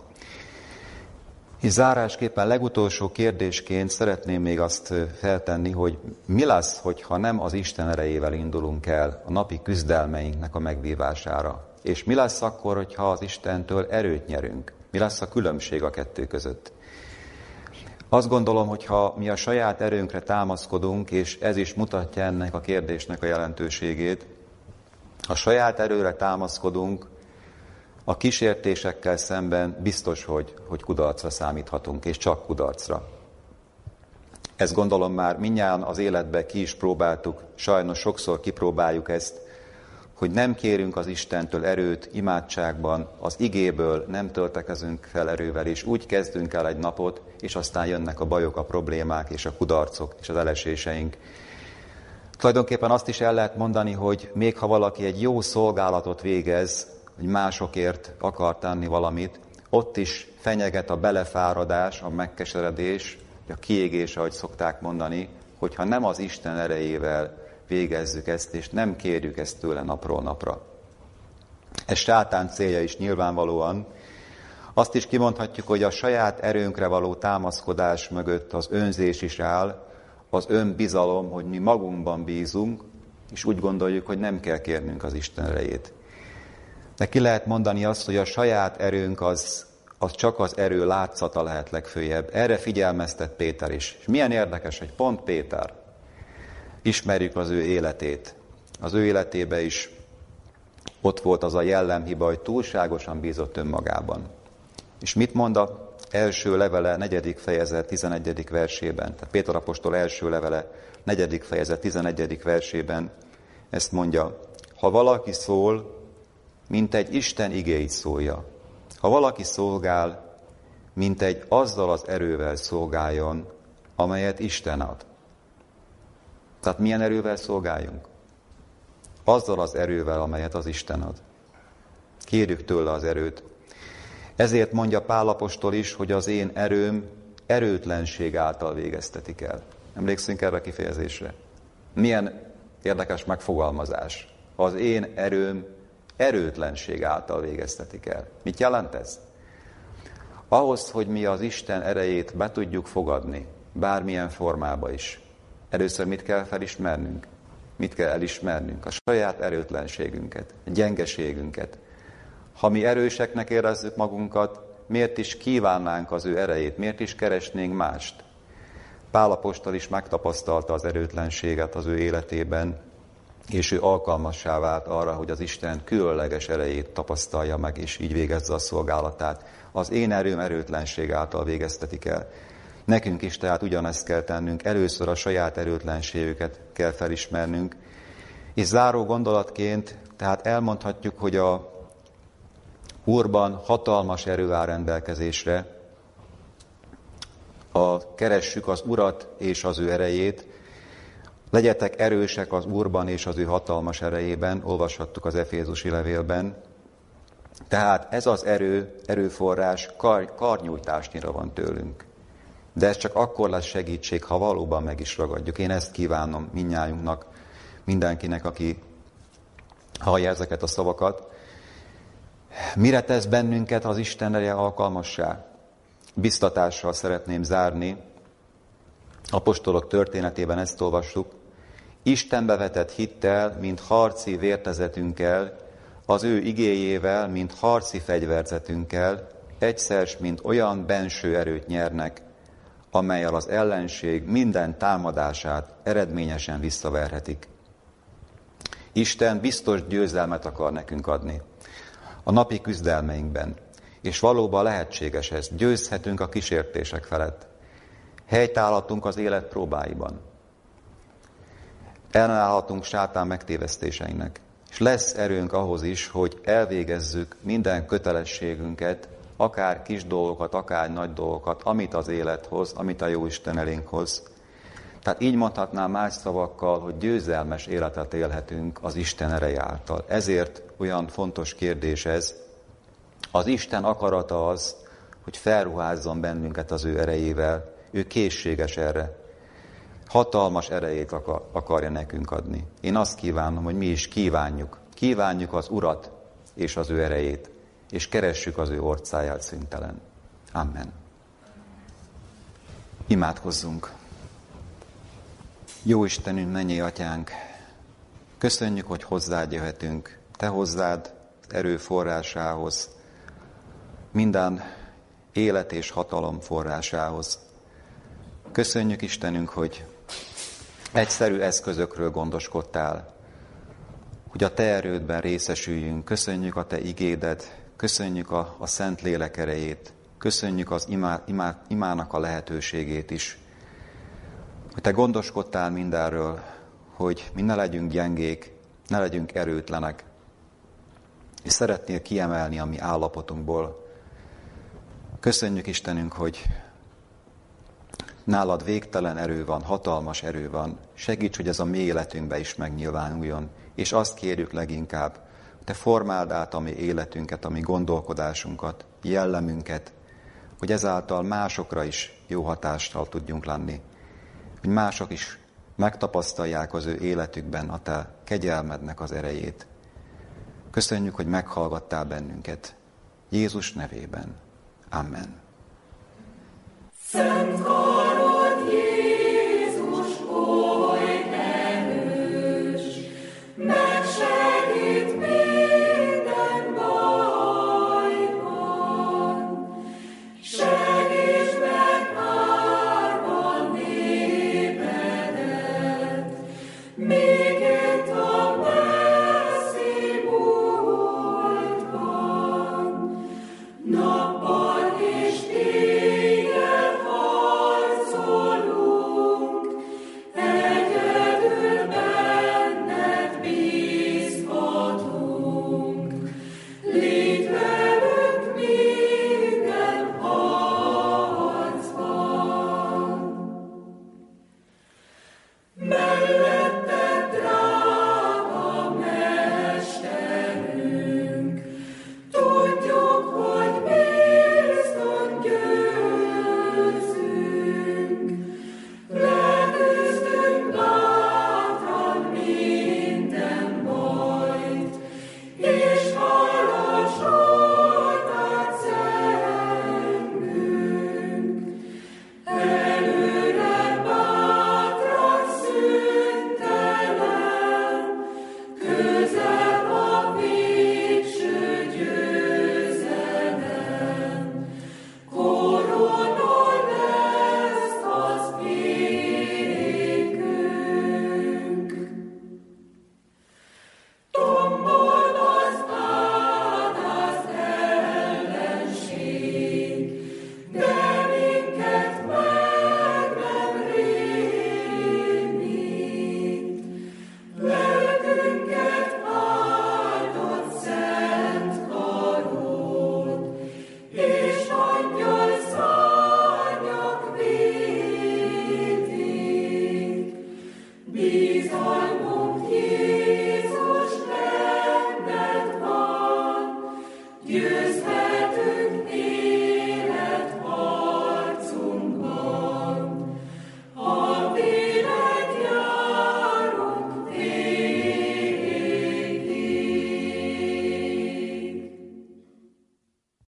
És zárásképpen legutolsó kérdésként szeretném még azt feltenni, hogy mi lesz, hogyha nem az Isten erejével indulunk el a napi küzdelmeinknek a megvívására? És mi lesz akkor, hogyha az Istentől erőt nyerünk? Mi lesz a különbség a kettő között? Azt gondolom, hogy ha mi a saját erőnkre támaszkodunk, és ez is mutatja ennek a kérdésnek a jelentőségét, ha saját erőre támaszkodunk, a kísértésekkel szemben biztos, hogy, hogy kudarcra számíthatunk, és csak kudarcra. Ezt gondolom már mindnyájan az életben ki is próbáltuk, sajnos sokszor kipróbáljuk ezt, hogy nem kérünk az Istentől erőt imádságban, az igéből nem töltekezünk fel erővel, és úgy kezdünk el egy napot, és aztán jönnek a bajok, a problémák, és a kudarcok, és az eleséseink. Tulajdonképpen azt is el lehet mondani, hogy még ha valaki egy jó szolgálatot végez, hogy másokért akar tenni valamit, ott is fenyeget a belefáradás, a megkeseredés, a kiégés, ahogy szokták mondani, hogyha nem az Isten erejével végezzük ezt, és nem kérjük ezt tőle napról napra. Ez sátán célja is nyilvánvalóan. Azt is kimondhatjuk, hogy a saját erőnkre való támaszkodás mögött az önzés is áll, az önbizalom, hogy mi magunkban bízunk, és úgy gondoljuk, hogy nem kell kérnünk az Isten erejét. De ki lehet mondani azt, hogy a saját erőnk az, az csak az erő látszata lehet legfőjebb. Erre figyelmeztet Péter is. És milyen érdekes, hogy pont Péter. Ismerjük az ő életét. Az ő életében is ott volt az a jellemhiba, hogy túlságosan bízott önmagában. És mit mond az első levele, negyedik fejezet, tizenegyedik versében? Tehát Péter apostol első levele, negyedik fejezet, tizenegyedik versében ezt mondja. Ha valaki szól, mint egy Isten igéit szólja. Ha valaki szolgál, mint egy azzal az erővel szolgáljon, amelyet Isten ad. Tehát milyen erővel szolgáljunk? Azzal az erővel, amelyet az Isten ad. Kérjük tőle az erőt. Ezért mondja Pál apostol is, hogy az én erőm erőtlenség által végeztetik el. Emlékszünk erre a kifejezésre? Milyen érdekes megfogalmazás. Az én erőm erőtlenség által végeztetik el. Mit jelent ez? Ahhoz, hogy mi az Isten erejét be tudjuk fogadni, bármilyen formába is, először mit kell felismernünk? Mit kell elismernünk? A saját erőtlenségünket, a gyengeségünket. Ha mi erőseknek érezzük magunkat, miért is kívánnánk az ő erejét, miért is keresnénk mást? Pál apostol is megtapasztalta az erőtlenséget az ő életében, és ő alkalmassá vált arra, hogy az Isten különleges erejét tapasztalja meg, és így végezze a szolgálatát. Az én erőm erőtlenség által végeztetik el. Nekünk is tehát ugyanezt kell tennünk, először a saját erőtlenségüket kell felismernünk. És záró gondolatként, tehát elmondhatjuk, hogy a Úrban hatalmas erő áll rendelkezésre, a, keressük az Urat és az ő erejét, legyetek erősek az Úrban és az ő hatalmas erejében, olvashattuk az Efézusi levélben. Tehát ez az erő, erőforrás kar, karnyújtásnyira van tőlünk. De ez csak akkor lesz segítség, ha valóban meg is ragadjuk. Én ezt kívánom mindnyájunknak, mindenkinek, aki hallja ezeket a szavakat. Mire tesz bennünket az Isten ereje alkalmassá? Biztatással szeretném zárni. Apostolok történetében ezt olvassuk. Istenbe vetett hittel, mint harci vértezetünkkel, az ő igéjével, mint harci fegyverzetünkkel, egyszer, mint olyan benső erőt nyernek, amellyel az ellenség minden támadását eredményesen visszaverhetik. Isten biztos győzelmet akar nekünk adni a napi küzdelmeinkben, és valóban lehetséges ez, győzhetünk a kísértések felett. Helytállhatunk az élet próbáiban. Ellenállhatunk sátán megtévesztéseinek. És lesz erőnk ahhoz is, hogy elvégezzük minden kötelességünket, akár kis dolgokat, akár nagy dolgokat, amit az élet hoz, amit a Jóisten elénk hoz. Tehát így mondhatnám más szavakkal, hogy győzelmes életet élhetünk az Isten ereje által. Ezért olyan fontos kérdés ez. Az Isten akarata az, hogy felruházzon bennünket az ő erejével. Ő készséges erre. Hatalmas erejét akar, akarja nekünk adni. Én azt kívánom, hogy mi is kívánjuk. Kívánjuk az Urat és az ő erejét, és keressük az ő orcáját szüntelen. Amen. Imádkozzunk. Jó Istenünk, mennyei Atyánk, köszönjük, hogy hozzád jöhetünk. Te hozzád erőforrásához, minden élet és hatalom forrásához. Köszönjük, Istenünk, hogy egyszerű eszközökről gondoskodtál, hogy a Te erődben részesüljünk. Köszönjük a Te igédet, köszönjük a, a Szent Lélek erejét, köszönjük az imá, imá, imának a lehetőségét is, hogy Te gondoskodtál mindenről, hogy mi ne legyünk gyengék, ne legyünk erőtlenek, és szeretnél kiemelni a mi állapotunkból. Köszönjük, Istenünk, hogy nálad végtelen erő van, hatalmas erő van. Segíts, hogy ez a mi életünkbe is megnyilvánuljon. És azt kérjük leginkább, Te formáld át a mi életünket, a mi gondolkodásunkat, jellemünket, hogy ezáltal másokra is jó hatással tudjunk lenni. Hogy mások is megtapasztalják az ő életükben a Te kegyelmednek az erejét. Köszönjük, hogy meghallgattál bennünket. Jézus nevében. Amen. Szent